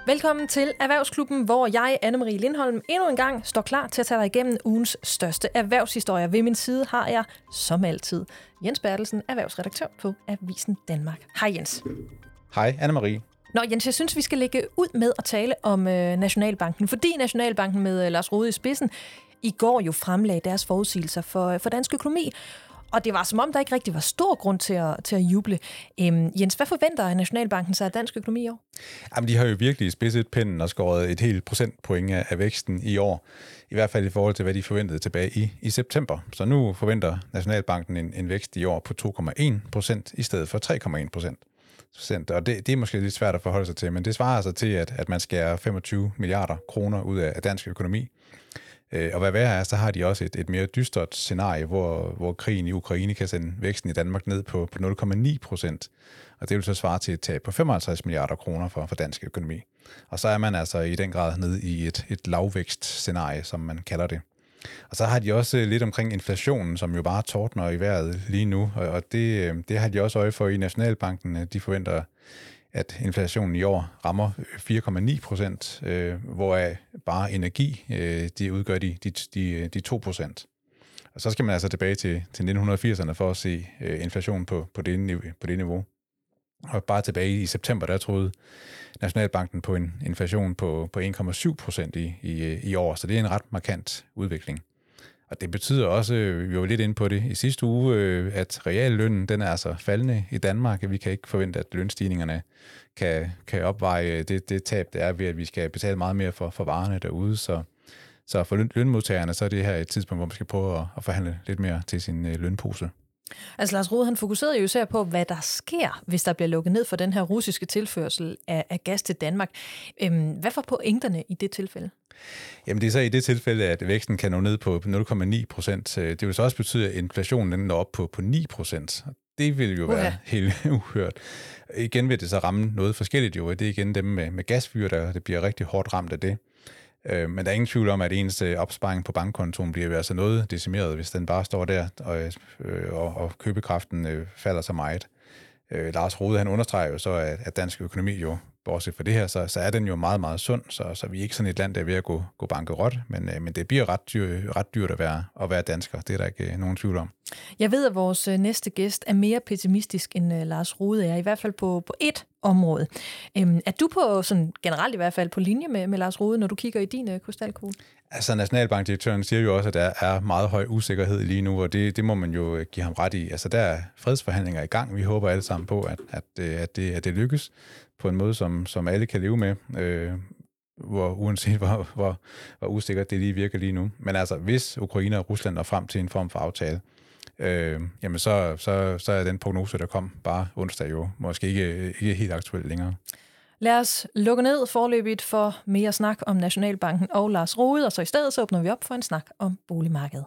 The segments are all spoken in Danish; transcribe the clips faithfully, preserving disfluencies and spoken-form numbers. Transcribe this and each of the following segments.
Velkommen til Erhvervsklubben, hvor jeg, Anne-Marie Lindholm, endnu en gang står klar til at tage dig igennem ugens største erhvervshistorier. Ved min side har jeg, som altid, Jens Bertelsen, erhvervsredaktør på Avisen Danmark. Hej Jens. Hej Anne-Marie. Nå Jens, jeg synes, vi skal lægge ud med at tale om øh, Nationalbanken, fordi Nationalbanken med øh, Lars Rohde i spidsen i går jo fremlagde deres forudsigelser for, for dansk økonomi. Og det var som om, der ikke rigtig var stor grund til at, til at juble. Øhm, Jens, hvad forventer Nationalbanken sig af dansk økonomi i år? Jamen, de har jo virkelig spidset pinden og skåret et helt procentpoint af væksten i år. I hvert fald i forhold til, hvad de forventede tilbage i, i september. Så nu forventer Nationalbanken en, en vækst i år på to komma en procent i stedet for tre komma en procent. Og det, det er måske lidt svært at forholde sig til, men det svarer altså til, at, at man skærer femogtyve milliarder kroner ud af, af dansk økonomi. Og hvad værre er, så har de også et, et mere dystert scenarie, hvor, hvor krigen i Ukraine kan sende væksten i Danmark ned på, på nul komma ni procent. Og det vil så svare til et tab på femoghalvtreds milliarder kroner for, for dansk økonomi. Og så er man altså i den grad nede i et, et lavvækstscenarie, som man kalder det. Og så har de også lidt omkring inflationen, som jo bare tordner i vejret lige nu. Og det, det har de også øje for i Nationalbanken. De forventer, at inflationen i år rammer fire komma ni procent, øh, hvoraf bare energi, øh, de udgør de, de, de, de to procent. Og så skal man altså tilbage til, til nitten firserne for at se øh, inflation på, på, det, på det niveau. Og bare tilbage i september, der troede Nationalbanken på en inflation på, på en komma syv procent i, i, i år, så det er en ret markant udvikling. Og det betyder også, vi var lidt inde på det i sidste uge, at reallønnen, den er altså faldende i Danmark. Vi kan ikke forvente, at lønstigningerne kan, kan opveje det, det tab, der er ved, at vi skal betale meget mere for, for varerne derude. Så, så for løn, lønmodtagerne, så er det her et tidspunkt, hvor man skal prøve at, at forhandle lidt mere til sin lønpose. Altså Lars Rohde, han fokuserede jo især på, hvad der sker, hvis der bliver lukket ned for den her russiske tilførsel af, af gas til Danmark. Øhm, hvad var pointerne i det tilfælde? Jamen det er så i det tilfælde, at væksten kan nå ned på nul komma ni procent. Det vil så også betyde, at inflationen den når op på, på ni procent. Det vil jo være uh-huh. helt uhørt. Igen vil det så ramme noget forskelligt jo. Det er igen dem med, med gasfyr, der det bliver rigtig hårdt ramt af det. Men der er ingen tvivl om, at ens opsparing på bankkontoen bliver altså noget decimeret, hvis den bare står der, og, og, og købekraften falder så meget. Lars Rohde, han understreger jo så, at, at dansk økonomi jo, bortset fra det her, så, så er den jo meget, meget sund, så, så vi er ikke sådan et land, der er ved at gå, gå bankerot, men, men det bliver ret, dyr, ret dyrt at være, at være dansker. Det er der ikke nogen tvivl om. Jeg ved, at vores næste gæst er mere pessimistisk end Lars Rohde er, i hvert fald på, på ét område. Øhm, er du på, sådan generelt i hvert fald, på linje med, med Lars Rohde, når du kigger i din uh, krystalkugle? Altså, Nationalbankdirektøren siger jo også, at der er meget høj usikkerhed lige nu, og det, det må man jo give ham ret i. Altså, der er fredsforhandlinger i gang. Vi håber alle sammen på, at, at, at, det, at det lykkes på en måde, som, som alle kan leve med, øh, hvor uanset hvor, hvor, hvor usikkert det lige virker lige nu. Men altså, hvis Ukraine og Rusland når frem til en form for aftale, øh, jamen så, så, så er den prognose, der kom bare onsdag jo, måske ikke, ikke helt aktuelt længere. Lad os lukke ned forløbigt for mere snak om Nationalbanken og Lars Rohde, og så i stedet så åbner vi op for en snak om boligmarkedet.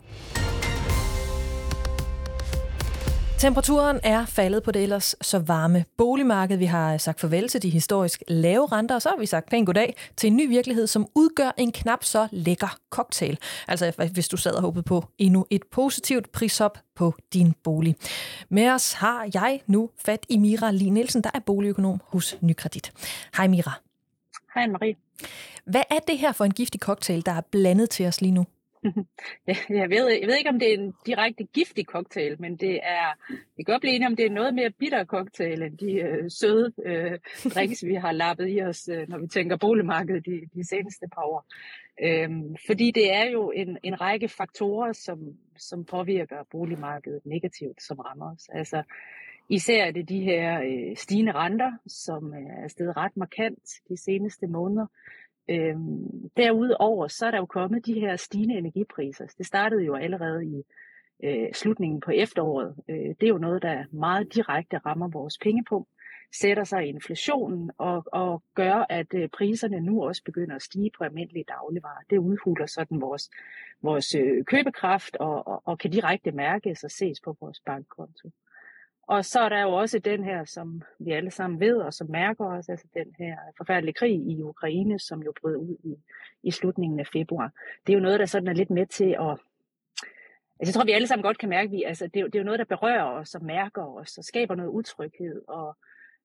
Temperaturen er faldet på det ellers så varme boligmarked. Vi har sagt farvel til de historisk lave renter, og så har vi sagt pænt goddag til en ny virkelighed, som udgør en knap så lækker cocktail. Altså hvis du sad og håbede på endnu et positivt prishop på din bolig. Med os har jeg nu fat i Mira Li Nielsen, der er boligøkonom hos Nykredit. Hej Mira. Hej Marie. Hvad er det her for en giftig cocktail, der er blandet til os lige nu? Jeg ved, jeg ved ikke, om det er en direkte giftig cocktail, men det er, jeg kan godt blive enig om, det er noget mere bitter cocktail end de øh, søde øh, drinks, vi har lappet i os, øh, når vi tænker boligmarkedet de, de seneste par år. Øhm, fordi det er jo en, en række faktorer, som, som påvirker boligmarkedet negativt, som rammer os. Altså, især er det de her øh, stigende renter, som er steget ret markant de seneste måneder. Øhm, derudover så er der jo kommet de her stigende energipriser. Det startede jo allerede i øh, slutningen på efteråret. Øh, det er jo noget, der meget direkte rammer vores pengepung, sætter sig i inflationen og, og gør, at øh, priserne nu også begynder at stige på almindelige dagligvarer. Det udhuler sådan vores, vores øh, købekraft og, og, og kan direkte mærkes og ses på vores bankkonto. Og så er der jo også den her, som vi alle sammen ved, og som mærker os, altså den her forfærdelige krig i Ukraine, som jo brød ud i, i slutningen af februar. Det er jo noget, der sådan er lidt med til at... Altså jeg tror, vi alle sammen godt kan mærke, at vi, altså, det, er jo, det er jo noget, der berører os og mærker os og skaber noget utryghed. Og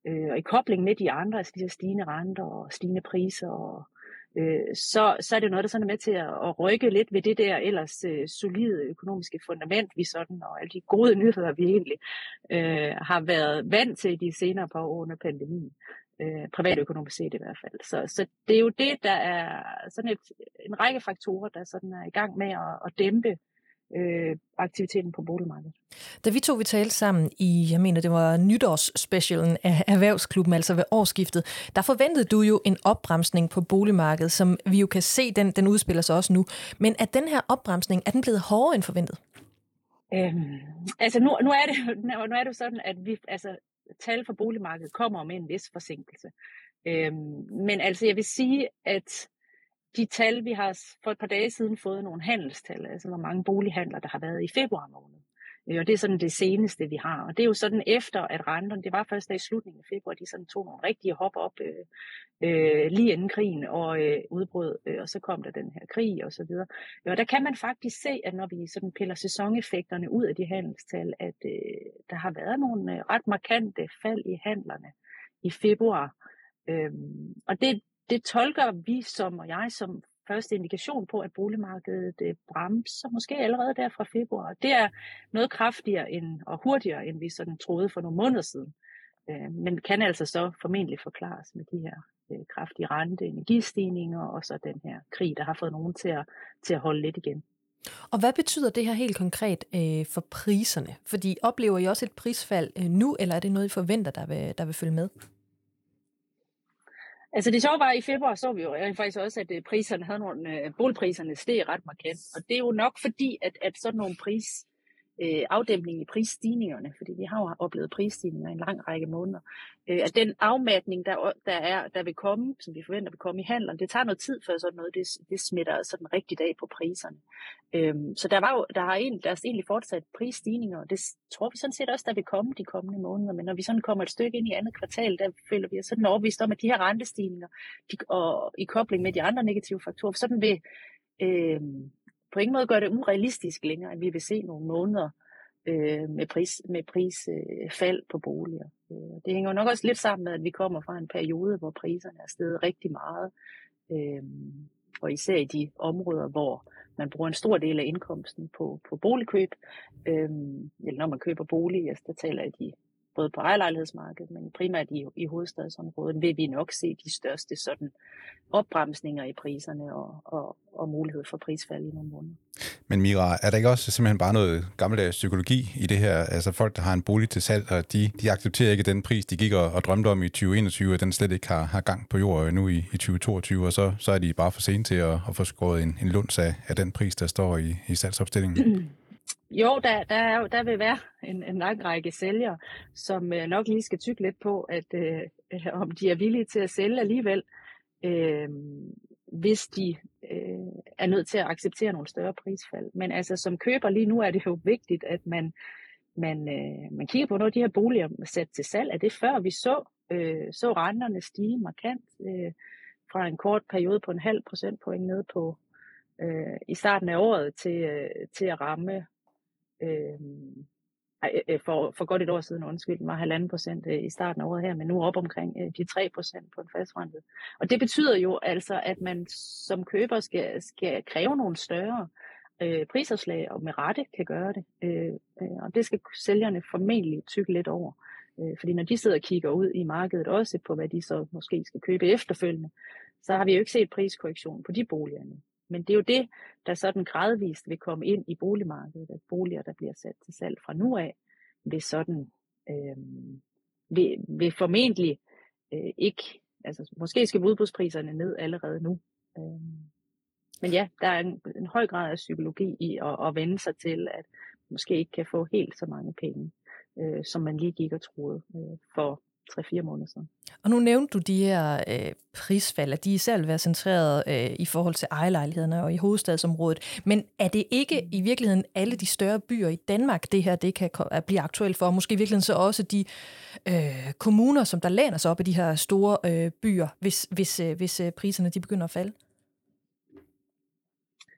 øh, og i kobling med de andre, altså de her stigende renter og stigende priser, og, øh, så, så er det noget, der sådan er med til at, at rykke lidt ved det der ellers øh, solide økonomiske fundament, vi sådan, og alle de gode nyheder, vi egentlig øh, har været vant til de senere par år under pandemien. Øh, privatøkonomisk set i hvert fald. Så, så det er jo det, der er sådan et, en række faktorer, der sådan er i gang med at, at dæmpe øh, aktiviteten på boligmarkedet. Da vi to vi talte sammen i, jeg mener det var nytårsspecialen af Erhvervsklubben, altså ved årsskiftet, der forventede du jo en opbremsning på boligmarkedet, som vi jo kan se, den, den udspiller sig også nu. Men er den her opbremsning, er den blevet hårdere end forventet? Øhm, altså nu, nu, er det, nu er det jo sådan, at vi, altså tal for boligmarkedet kommer med en vis forsinkelse. Øhm, men altså jeg vil sige, at de tal, vi har for et par dage siden fået nogle handelstal, altså hvor mange bolighandler, der har været i februar måned. Og det er sådan det seneste, vi har. Og det er jo sådan efter, at renterne, det var først der i slutningen af februar, de sådan tog nogle rigtige hop op øh, øh, lige inden krigen og øh, udbrød, øh, og så kom der den her krig og så videre. Og der kan man faktisk se, at når vi sådan piller sæsoneffekterne ud af de handelstal, at øh, der har været nogle øh, ret markante fald i handlerne i februar. Øhm, og det, det tolker vi som, og jeg som første indikation på, at boligmarkedet øh, bremser måske allerede der fra februar. Det er noget kraftigere end, og hurtigere, end vi sådan troede for nogle måneder siden. Øh, men kan altså så formentlig forklares med de her øh, kraftige rente, energistigninger og så den her krig, der har fået nogen til at, til at holde lidt igen. Og hvad betyder det her helt konkret øh, for priserne? Fordi oplever I også et prisfald øh, nu, eller er det noget, I forventer, der vil, der vil følge med? Altså det sjove var, i februar så vi jo faktisk også, at priserne havde nogle, boligpriserne steg ret markant. Og det er jo nok fordi, at, at sådan nogle pris, øh, afdæmpning i prisstigningerne, fordi vi har jo oplevet prisstigninger i en lang række måneder, øh, at den afmatning, der, der, er, der vil komme, som vi forventer vil komme i handlen, det tager noget tid før sådan noget, det, det smitter sådan rigtig af på priserne. Øhm, så der, var jo, der, har egentlig, der er egentlig fortsat prisstigninger, og det tror vi sådan set også, der vil komme de kommende måneder. Men når vi sådan kommer et stykke ind i andet kvartal, der føler vi os sådan overbevist om, at de her rentestigninger, de, og i kobling med de andre negative faktorer, sådan vil øh, på ingen måde gøre det urealistisk længere, at vi vil se nogle måneder øh, med pris, med prisfald øh, på boliger. Øh, det hænger jo nok også lidt sammen med, at vi kommer fra en periode, hvor priserne er steget rigtig meget, øh, og især i de områder, hvor man bruger en stor del af indkomsten på, på boligkøb. Øhm, eller når man køber bolig, altså, der taler jeg de, både på ejerlejlighedsmarkedet, men primært i, i hovedstadsområdet, vil vi nok se de største sådan opbremsninger i priserne og, og, og mulighed for prisfald i nogle måneder. Men Mira, er der ikke også simpelthen bare noget gammeldags psykologi i det her? Altså folk, der har en bolig til salg, og de, de accepterer ikke den pris, de gik og, og drømte om i tyve enogtyve, at den slet ikke har, har gang på jord nu i, i tyve toogtyve, og så, så er de bare for sent til at, at få skåret en, en lunds af, af den pris, der står i, i salgsopstillingen. Jo, der, der, er, der vil være en, en lang række sælgere, som øh, nok lige skal tykke lidt på, at øh, om de er villige til at sælge alligevel, øh, hvis de øh, er nødt til at acceptere nogle større prisfald. Men altså som køber lige nu er det jo vigtigt, at man, man, øh, man kigger på, når de her boliger er sat til salg. Er det før vi så, øh, så renterne stige markant øh, fra en kort periode på en halv procentpoint ned på øh, i starten af året til, øh, til at ramme Øh, for, for godt et år siden, undskyld, var halvanden procent i starten af året her, men nu op omkring de tre procent på en fastrentet. Og det betyder jo altså, at man som køber skal, skal kræve nogle større øh, prisafslag, og med rette kan gøre det. Øh, og det skal sælgerne formentlig tykke lidt over. Øh, fordi når de sidder og kigger ud i markedet også på, hvad de så måske skal købe efterfølgende, så har vi jo ikke set priskorrektion på de boliger nu. Men det er jo det, der sådan gradvist vil komme ind i boligmarkedet, at boliger, der bliver sat til salg fra nu af, vil sådan, øh, vil, vil formentlig øh, ikke, altså måske skal udbudspriserne ned allerede nu. Øh, men ja, der er en, en høj grad af psykologi i at, at vende sig til, at måske ikke kan få helt så mange penge, øh, som man lige gik og troede øh, for tre-fire måneder siden. Og nu nævnte du de her øh, prisfald, at de især vil være centreret øh, i forhold til ejerlejlighederne og i hovedstadsområdet. Men er det ikke i virkeligheden alle de større byer i Danmark, det her det kan blive aktuelt for? Og måske i virkeligheden så også de øh, kommuner, som der læner sig op af de her store øh, byer, hvis, hvis, øh, hvis øh, priserne de begynder at falde?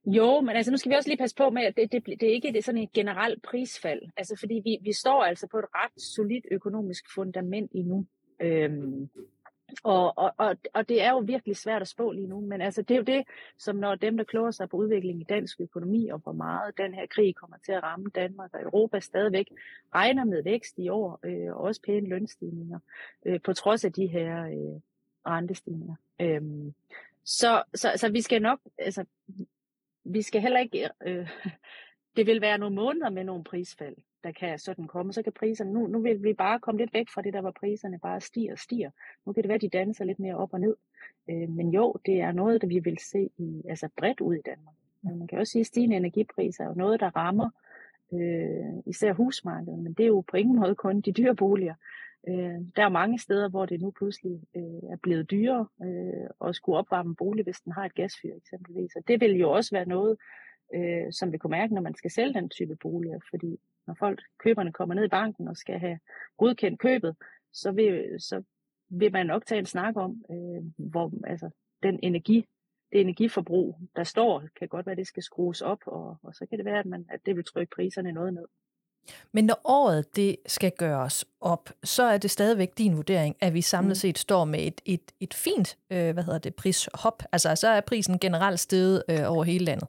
Jo, men altså nu skal vi også lige passe på med, at det, det, det er ikke det er sådan et generelt prisfald. Altså fordi vi, vi står altså på et ret solidt økonomisk fundament endnu. Øhm, og, og, og, og det er jo virkelig svært at spå lige nu. Men altså det er jo det, som når dem, der kloger sig på udviklingen i dansk økonomi, og hvor meget den her krig kommer til at ramme Danmark og Europa stadigvæk, regner med vækst i år, øh, og også pæne lønstigninger, øh, på trods af de her øh, rentestigninger. Øhm, så, så, så vi skal nok... Altså, Vi skal heller ikke, øh, det vil være nogle måneder med nogle prisfald, der kan sådan komme. Så kan priserne, nu, nu vil vi bare komme lidt væk fra det, der var priserne bare stiger og stiger. Nu kan det være, at de danser lidt mere op og ned. Øh, men jo, det er noget, der vi vil se i, altså bredt ud i Danmark. Men man kan også sige, at stigende energipriser er jo noget, der rammer øh, især husmarkedet. Men det er jo på ingen måde kun de dyre boliger. Øh, der er mange steder, hvor det nu pludselig øh, er blevet dyrere øh, at skulle opvarme en bolig, hvis den har et gasfyr eksempelvis. Og det vil jo også være noget, øh, som vi kunne mærke, når man skal sælge den type boliger. Fordi når folk, køberne kommer ned i banken og skal have godkendt købet, så vil, så vil man nok tage en snak om, øh, hvor altså, den energi, det energiforbrug, der står, kan godt være, at det skal skrues op, og, og så kan det være, at, man, at det vil trykke priserne noget ned. Men når året det skal gøres op, så er det stadigvæk din vurdering, at vi samlet set står med et, et, et fint øh, hvad hedder det, prishop. Altså så er prisen generelt steget øh, over hele landet.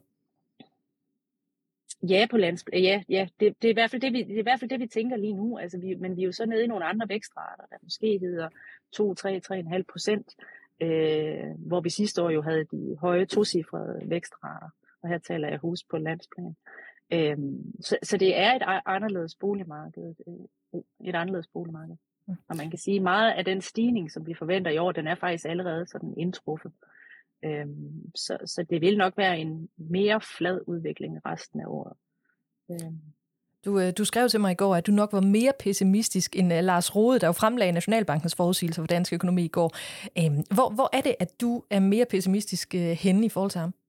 Ja, på lands, ja, ja. Det, det, er i hvert fald det, vi, det er i hvert fald det, vi tænker lige nu. Altså, vi, men vi er jo så nede i nogle andre vækstrater, der måske hedder to, tre, tre komma fem procent, øh, hvor vi sidste år jo havde de høje tocifrede vækstrater. Og her taler jeg hus på landsplan. Øhm, så, så det er et anderledes boligmarked, et anderledes boligmarked. Og man kan sige, meget af den stigning, som vi forventer i år, den er faktisk allerede sådan indtruffet. Øhm, så, så det vil nok være en mere flad udvikling resten af året. Øhm. Du, du skrev til mig i går, at du nok var mere pessimistisk end Lars Rode, der jo fremlagde Nationalbankens forudsigelser for dansk økonomi i går. Øhm, hvor, hvor er det, at du er mere pessimistisk henne i forhold til ham?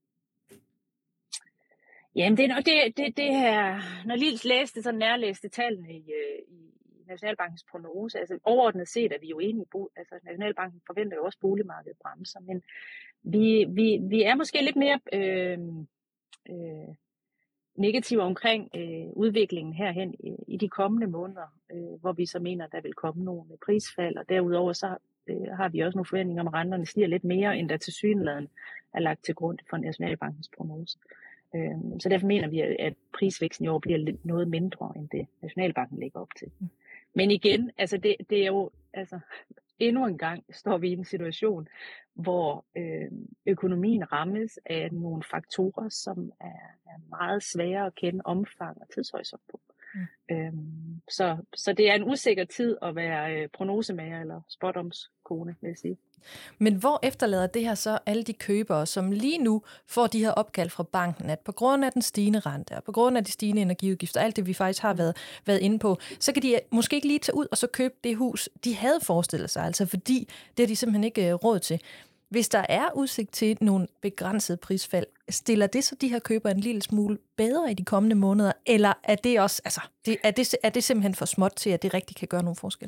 Jamen, det er nok det, det, det her, når Lils læste, så nærlæste tallene i, i Nationalbankens prognose, altså overordnet set er vi jo enige i, altså Nationalbanken forventer jo også boligmarkedet bremser, men vi, vi, vi er måske lidt mere øh, øh, negative omkring øh, udviklingen herhen i, i de kommende måneder, øh, hvor vi så mener, der vil komme nogle prisfald, og derudover så øh, har vi også nogle forventninger om, at renterne stiger lidt mere, end der tilsyneladende er lagt til grund for Nationalbankens prognose. Så derfor mener vi, at prisvæksten i år bliver noget mindre, end det Nationalbanken lægger op til. Men igen, altså det, det er jo, altså endnu en gang står vi i en situation, hvor øh, økonomien rammes af nogle faktorer, som er, er meget svære at kende omfang og tidshorisont på. Mm. Øhm, så, så det er en usikker tid at være øh, prognosemager eller spådomskone, vil jeg sige. Men hvor efterlader det her så alle de købere, som lige nu får de her opkald fra banken, at på grund af den stigende rente, og på grund af de stigende energiudgifter, alt det vi faktisk har været, været inde på, så kan de måske ikke lige tage ud og så købe det hus, de havde forestillet sig, altså fordi det er de simpelthen ikke råd til. Hvis der er udsigt til nogle begrænsede prisfald, stiller det så de her købere en lille smule bedre i de kommende måneder, eller er det også, altså, det, er, det, er det simpelthen for småt til, at det rigtig kan gøre nogle forskel?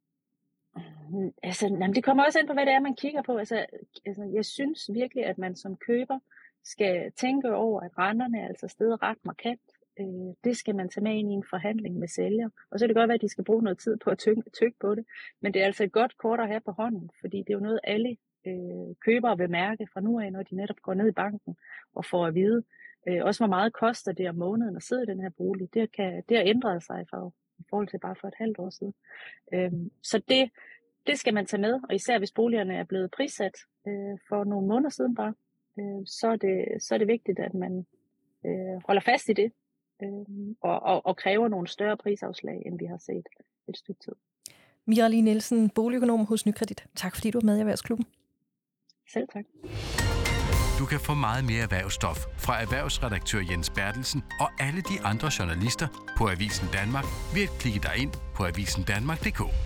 Altså, jamen, det kommer også ind på, hvad det er, man kigger på. Altså, altså, jeg synes virkelig, at man som køber skal tænke over, at renterne er altså steget ret markant. Øh, det skal man tage med ind i en forhandling med sælger. Og så er det godt være, at de skal bruge noget tid på at tykke, tykke på det. Men det er altså et godt kort at have på hånden, fordi det er jo noget, alle øh, købere vil mærke fra nu af, når de netop går ned i banken og får at vide. Øh, også hvor meget koster det om måneden at sidde i den her bolig. Det, kan, det har ændret sig for, i forhold til bare for et halvt år siden. Øh, så det... Det skal man tage med, og især hvis boligerne er blevet prissat øh, for nogle måneder siden bare, øh, så, er det, så er det vigtigt, at man øh, holder fast i det øh, og, og, og kræver nogle større prisafslag, end vi har set et stykke tid. Mira-Lie Nielsen, boligøkonom hos Nykredit. Tak fordi du var med i Erhvervsklubben. Selv tak. Du kan få meget mere erhvervsstof fra erhvervsredaktør Jens Bertelsen og alle de andre journalister på Avisen Danmark ved at klikke dig ind på avisen danmark punktum d k.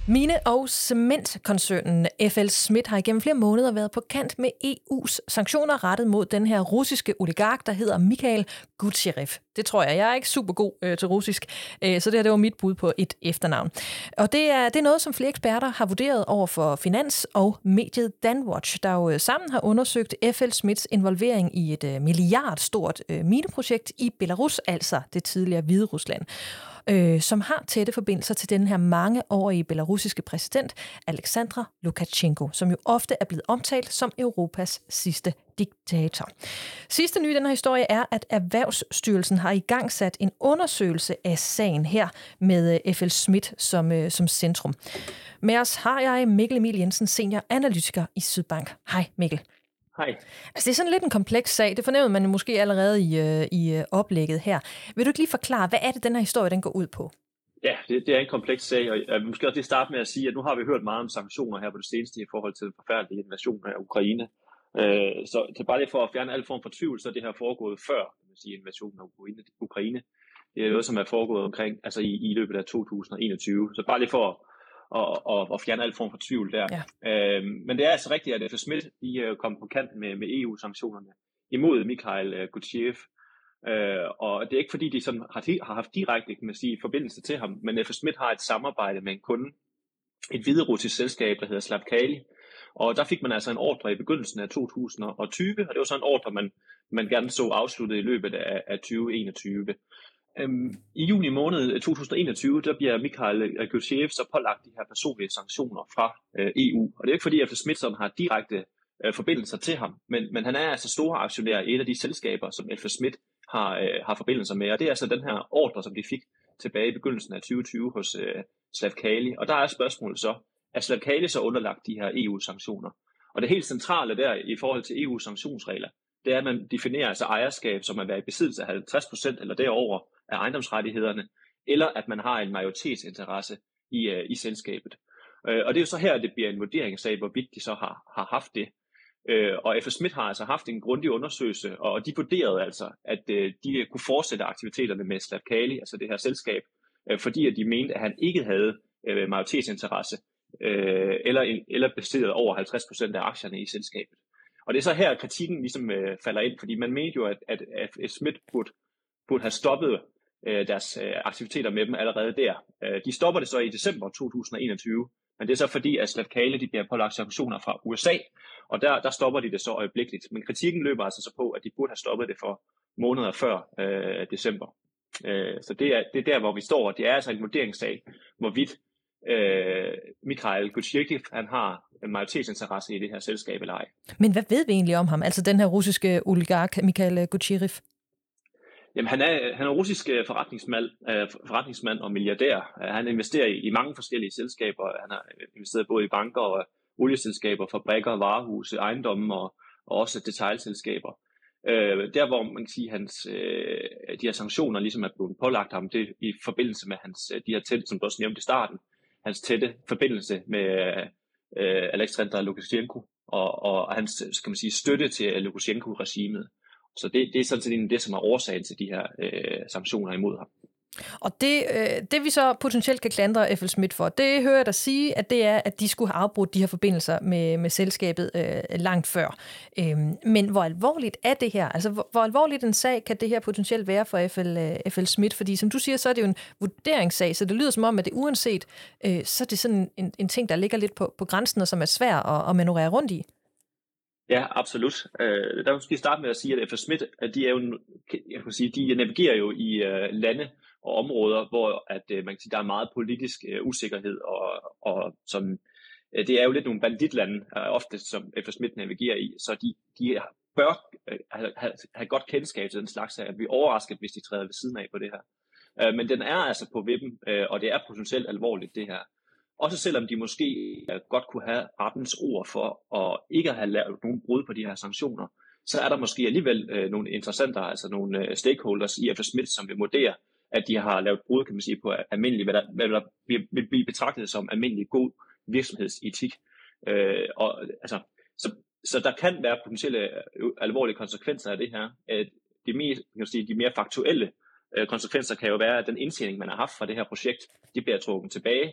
Mine- og cementkoncernen F L Smith har igennem flere måneder været på kant med E U's sanktioner rettet mod den her russiske oligark, der hedder Mikhail Gutierrez. Det tror jeg. Jeg er ikke super god øh, til russisk, øh, så det her det var mit bud på et efternavn. Og det er, det er noget, som flere eksperter har vurderet over for Finans og mediet Danwatch, der jo sammen har undersøgt F L Smiths involvering i et øh, milliardstort øh, mineprojekt i Belarus, altså det tidligere Hvide Rusland, øh, som har tætte forbindelser til den her mangeårige belarusiske præsident Alexander Lukashenko, som jo ofte er blevet omtalt som Europas sidste diktator. Sidste nye i den her historie er, at Erhvervsstyrelsen har igangsat en undersøgelse af sagen her med F L Smith som, øh, som centrum. Med os har jeg Mikkel Emil Jensen, senior analytiker i Sydbank. Hej Mikkel. Hej. Altså, det er sådan lidt en kompleks sag. Det fornemmer man måske allerede i, øh, i oplægget her. Vil du ikke lige forklare, hvad er det, den her historie den går ud på? Ja, det, det er en kompleks sag, og jeg vil måske også lige starte med at sige, at nu har vi hørt meget om sanktioner her på det seneste i forhold til den forfærdelige invasion af Ukraine. Øh, så til bare lige for at fjerne al form for tvivl, så er det her foregået før kan man sige, invasionen af Ukraine. Det er noget, som er foregået omkring, altså i, i løbet af to tusind og enogtyve. Så bare lige for Og, og, og fjerne al form for tvivl der. Ja. Øhm, men det er altså rigtigt, at F L Smith de er kommet på kant med, med E U-sanktionerne imod Mikhail uh, Gutierrez. Øh, og det er ikke fordi, de sådan har, har haft direkte kan man sige, forbindelse til ham, men F L Smith har et samarbejde med en kunde, et hviderussisk selskab, der hedder Slavkali. Og der fik man altså en ordre i begyndelsen af to tusind og tyve, og det var så en ordre, man, man gerne så afsluttet i løbet af, af tyve enogtyve. Øhm, I juni måned to tusind og enogtyve, der bliver Mikhail Gutierrez så pålagt de her personlige sanktioner fra øh, E U. Og det er ikke fordi, at F L Smith har direkte øh, forbindelser til ham, men, men han er altså store aktionær i et af de selskaber, som F L Smith har, øh, har forbindelser med. Og det er altså den her ordre, som de fik tilbage i begyndelsen af tyve tyve hos øh, Slavkali. Og der er spørgsmålet så, er Slavkali så underlagt de her E U-sanktioner? Og det helt centrale der i forhold til E U-sanktionsregler, det er, at man definerer altså ejerskab som at være i besiddelse af halvtreds procent eller derover af ejendomsrettighederne, eller at man har en majoritetsinteresse i, uh, i selskabet. Uh, og det er jo så her, at det bliver en vurderingssag, hvorvidt de så har, har haft det. Uh, og F L Smith har altså haft en grundig undersøgelse, og de vurderede altså, at uh, de kunne fortsætte aktiviteterne med Slavkali, altså det her selskab, uh, fordi at de mente, at han ikke havde uh, majoritetsinteresse, uh, eller, eller besiddet over halvtreds procent af aktierne i selskabet. Og det er så her, at kritikken ligesom øh, falder ind, fordi man mente jo, at, at, at F L Smith burde, burde have stoppet øh, deres øh, aktiviteter med dem allerede der. Øh, de stopper det så i december to tusind og enogtyve, men det er så fordi, at Slavkali de bliver pålagt sanktioner fra U S A, og der, der stopper de det så øjeblikkeligt. Men kritikken løber altså så på, at de burde have stoppet det for måneder før øh, december. Øh, så det er, det er der, hvor vi står, og det er altså en vurderingssag, hvorvidt øh, Mikhail Gutierrez han har en majoritetsinteresse i det her selskab eller ej. Men hvad ved vi egentlig om ham? Altså den her russiske oligark, Mikhail Gutierrez? Jamen han er, han er russisk forretningsmand, forretningsmand og milliardær. Han investerer i, i mange forskellige selskaber. Han har investeret både i banker og olieselskaber, fabrikker, varehuse, ejendomme og, og også detailselskaber. Øh, der hvor man kan sige, hans øh, de her sanktioner ligesom er blevet pålagt ham, det er i forbindelse med hans de her tætte, som du også nævnte i starten, hans tætte forbindelse med øh, Alexander Lukashenko og, og hans skal man sige støtte til Lukashenko-regimet. Så det, det er sådan set det, som er årsagen til de her øh, sanktioner imod ham. Og det, øh, det vi så potentielt kan klandre F L Smith for, det hører jeg dig sige, at det er, at de skulle have afbrudt de her forbindelser med, med selskabet øh, langt før. Øhm, men hvor alvorligt er det her? Altså, hvor, hvor alvorligt en sag kan det her potentielt være for F L, øh, F L Smith? Fordi som du siger, så er det jo en vurderingssag, så det lyder som om, at det uanset, øh, så er det sådan en, en ting, der ligger lidt på, på grænsen, og som er svær at, at manøvrere rundt i. Ja, absolut. Øh, der skal jeg starte med at sige, at F L Smith, de er jo, jeg kan sige, de navigerer jo i øh, lande og områder, hvor at, øh, man kan sige, der er meget politisk øh, usikkerhed, og, og som, øh, det er jo lidt nogle banditlande, øh, ofte som F L Smith navigerer i, så de, de bør øh, have, have, have godt kendskab til den slags af, at vi er overrasket, hvis de træder ved siden af på det her. Øh, men den er altså på vippen, øh, og det er potentielt alvorligt det her. Også selvom de måske godt kunne have rettens ord for at ikke have lavet nogen brud på de her sanktioner, så er der måske alligevel øh, nogle interessenter, altså nogle øh, stakeholders i F L Smith, som vil vurdere, at de har lavet brud, kan man sige, på almindelig, hvad der, hvad der vil blive betragtet som almindelig god virksomhedsetik. Øh, og, altså, så, så der kan være potentielle alvorlige konsekvenser af det her. De mere, kan man sige, de mere faktuelle øh, konsekvenser kan jo være, at den indtjening, man har haft fra det her projekt, de bliver trukket tilbage.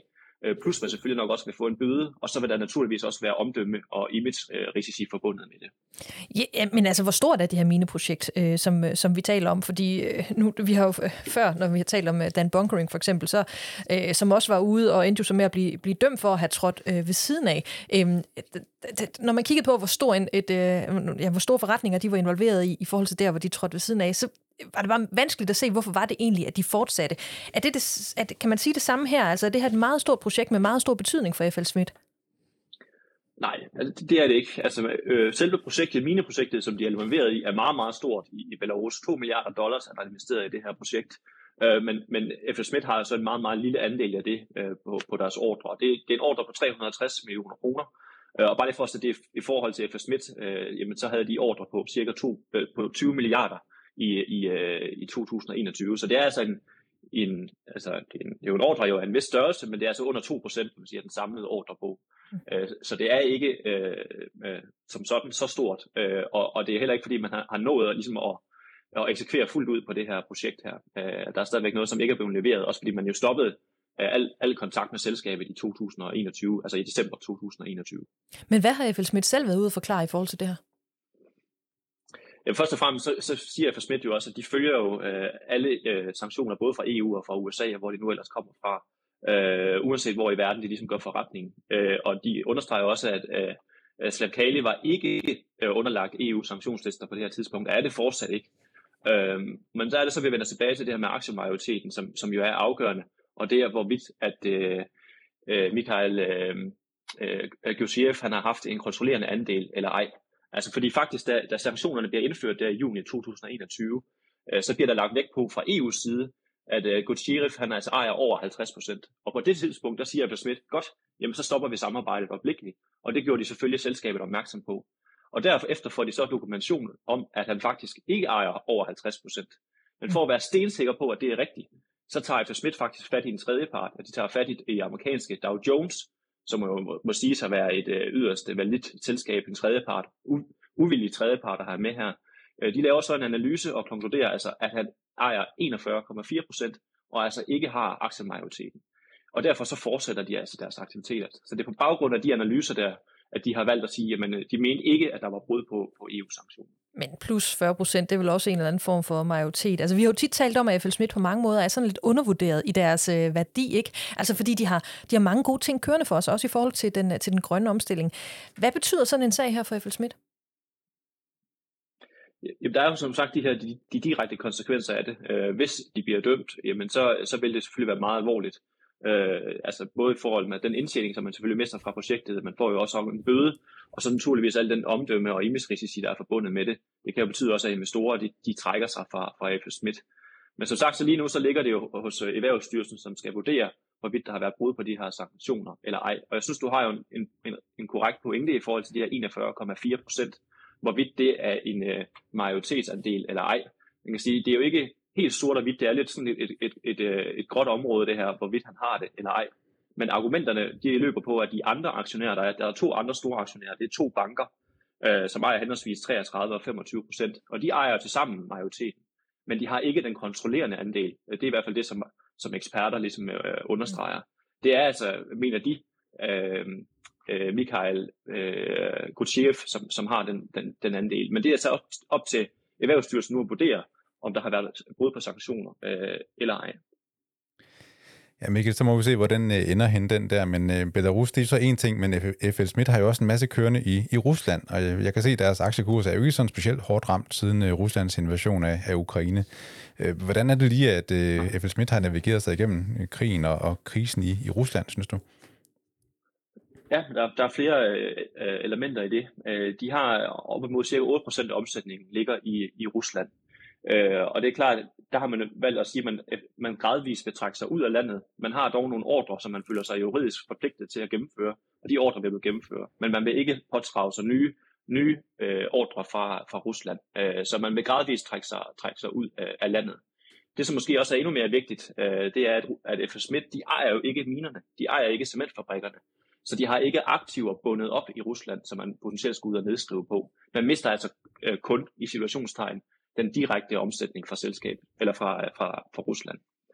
plus man selvfølgelig nok også vil få en bøde, og så vil der naturligvis også være omdømme og image-risici forbundet med det. Ja, men altså, hvor stort er det her mineprojekt, øh, som, som vi taler om? Fordi øh, nu, vi har jo før, når vi har talt om Dan Bunkering for eksempel, så, øh, som også var ude og endte jo så med at blive, blive dømt for at have trådt øh, ved siden af. Øh, når man kiggede på, hvor stor, en, et, øh, ja, hvor store forretninger de var involveret i, i forhold til der, hvor de trådte ved siden af, så var det bare vanskeligt at se, hvorfor var det egentlig, at de fortsatte. Er det det, er det, kan man sige det samme her? Altså, er det her et meget stort projekt med meget stor betydning for F L Smith? Nej, altså, det er det ikke. Altså, øh, selve projektet, mineprojektet, som de er involveret i, er meget, meget stort i, i Belarus. to milliarder dollars er der investeret i det her projekt. Øh, men, men F L Smith har altså en meget, meget lille andel af det øh, på, på deres ordre. Det, det er en ordre på tre hundrede og tres millioner kroner. Øh, og bare lige for at sætte det i forhold til F L Smith, øh, jamen, så havde de ordre på cirka to, øh, på tyve milliarder i, i, øh, i to tusind og enogtyve. Så det er altså en, en, altså, det er en, det er jo en ordre jo af en vis størrelse, men det er altså under to procent af den samlede ordre på. Øh, så det er ikke øh, øh, som sådan så stort, øh, og, og det er heller ikke fordi man har, har nået ligesom at, at eksekvere fuldt ud på det her projekt her. Øh, der er stadigvæk noget, som ikke er blevet leveret, også fordi man jo stoppede øh, al, al kontakt med selskabet i to tusind og enogtyve, altså i december to tusind og enogtyve. Men hvad har F L Smith selv været ude at forklare i forhold til det her? Ja, først og fremmest så, så siger F L Smith jo også, at de følger jo øh, alle øh, sanktioner, både fra E U og fra U S A, hvor de nu ellers kommer fra. Uh, uanset hvor i verden de ligesom gør forretning. Uh, og de understreger også, at uh, Slavkali var ikke uh, underlagt E U-sanktionslister på det her tidspunkt. Er det fortsat ikke. Uh, men så er det så, vi vender tilbage til det her med aktiemajoriteten, som, som jo er afgørende. Og det er, hvorvidt at uh, uh, Mikhail uh, uh, Gusiev, han har haft en kontrollerende andel eller ej. Altså fordi faktisk, da, da sanktionerne bliver indført der i juni to tusind og enogtyve, uh, så bliver der lagt vægt på fra E U's side, at uh, Gutierrez, han altså ejer over halvtreds procent. Og på det tidspunkt, der siger F L Smith, godt, jamen så stopper vi samarbejdet øjeblikkeligt. Og det gjorde de selvfølgelig selskabet opmærksom på. Og derefter får de så dokumentation om, at han faktisk ikke ejer over halvtreds procent. Men for at være stensikker på, at det er rigtigt, så tager F L Smith faktisk fat i en tredje part, og de tager fat i det amerikanske Dow Jones, som jo må, må siges at være et uh, yderst validt selskab, en tredje part, u- uvillig tredje part, der har med her. Uh, de laver så en analyse og konkluderer altså, at han ejer enogfyrre komma fire procent og altså ikke har aktiemajoriteten. Og derfor så fortsætter de altså deres aktiviteter. Så det er på baggrund af de analyser der, at de har valgt at sige, at de mente ikke, at der var brud på, på E U-sanktioner. Men plus fyrre procent, det er vel også en eller anden form for majoritet. Altså vi har jo tit talt om, at F L Smith på mange måder er sådan lidt undervurderet i deres øh, værdi, ikke? Altså fordi de har, de har mange gode ting kørende for os, også i forhold til den, til den grønne omstilling. Hvad betyder sådan en sag her for F L Smith? Jamen, der er jo som sagt de her de, de direkte konsekvenser af det. Øh, hvis de bliver dømt, jamen så, så vil det selvfølgelig være meget alvorligt. Øh, altså både i forhold med den indtjening, som man selvfølgelig mister fra projektet, man får jo også en bøde, og så naturligvis al den omdømme og image-risici, der er forbundet med det. Det kan jo betyde også, at investorer de, de trækker sig fra, fra F L Smith. Men som sagt, så lige nu så ligger det jo hos Erhvervsstyrelsen, som skal vurdere, hvorvidt der har været brud på de her sanktioner eller ej. Og jeg synes, du har jo en, en, en korrekt pointe i forhold til de her enogfyrre komma fire procent, hvorvidt det er en øh, majoritetsandel eller ej. Man kan sige, det er jo ikke helt sort og hvidt, det er lidt sådan et, et, et, et, et, et gråt område det her, hvorvidt han har det eller ej. Men argumenterne, de løber på, at de andre aktionærer, der er, der er to andre store aktionærer, det er to banker, øh, som ejer henholdsvis treogtredive og femogtyve procent, og de ejer til sammen majoriteten, men de har ikke den kontrollerende andel. Det er i hvert fald det, som, som eksperter ligesom øh, understreger. Det er altså, mener de, øh, øh, Mikhail øh, Gutierrez, som, som har den, den, den andel. Men det er så op, op til Erhvervsstyrelsen nu at vurdere, om der har været brud på sanktioner øh, eller ej. Ja, Mikkel, så må vi se, hvor den øh, ender hen den der, men øh, Belarus, det er så en ting, men F L Smith har jo også en masse kørende i, i Rusland, og jeg, jeg kan se, at deres aktiekurs er jo ikke sådan specielt hårdt ramt siden øh, Ruslands invasion af, af Ukraine. Øh, hvordan er det lige, at øh, F L Smith har navigeret sig igennem øh, krigen og, og krisen i, i Rusland, synes du? Ja, der, der er flere øh, elementer i det. Øh, de har op imod cirka otte procent af omsætningen ligger i, i Rusland. Øh, og det er klart, der har man valgt at sige, at man, man gradvist vil trække sig ud af landet. Man har dog nogle ordre, som man føler sig juridisk forpligtet til at gennemføre, og de ordre vil man gennemføre. Men man vil ikke pådrage sig nye, nye øh, ordre fra, fra Rusland. Øh, så man vil gradvist trække sig, trække sig ud af, af landet. Det, som måske også er endnu mere vigtigt, øh, det er, at, at F L Smith, de ejer jo ikke minerne. De ejer ikke cementfabrikkerne. Så de har ikke aktiver bundet op i Rusland, som man potentielt skal ud og nedskrive på. Man mister altså øh, kun i situationstegn den direkte omsætning fra selskabet, eller fra, fra, fra Rusland.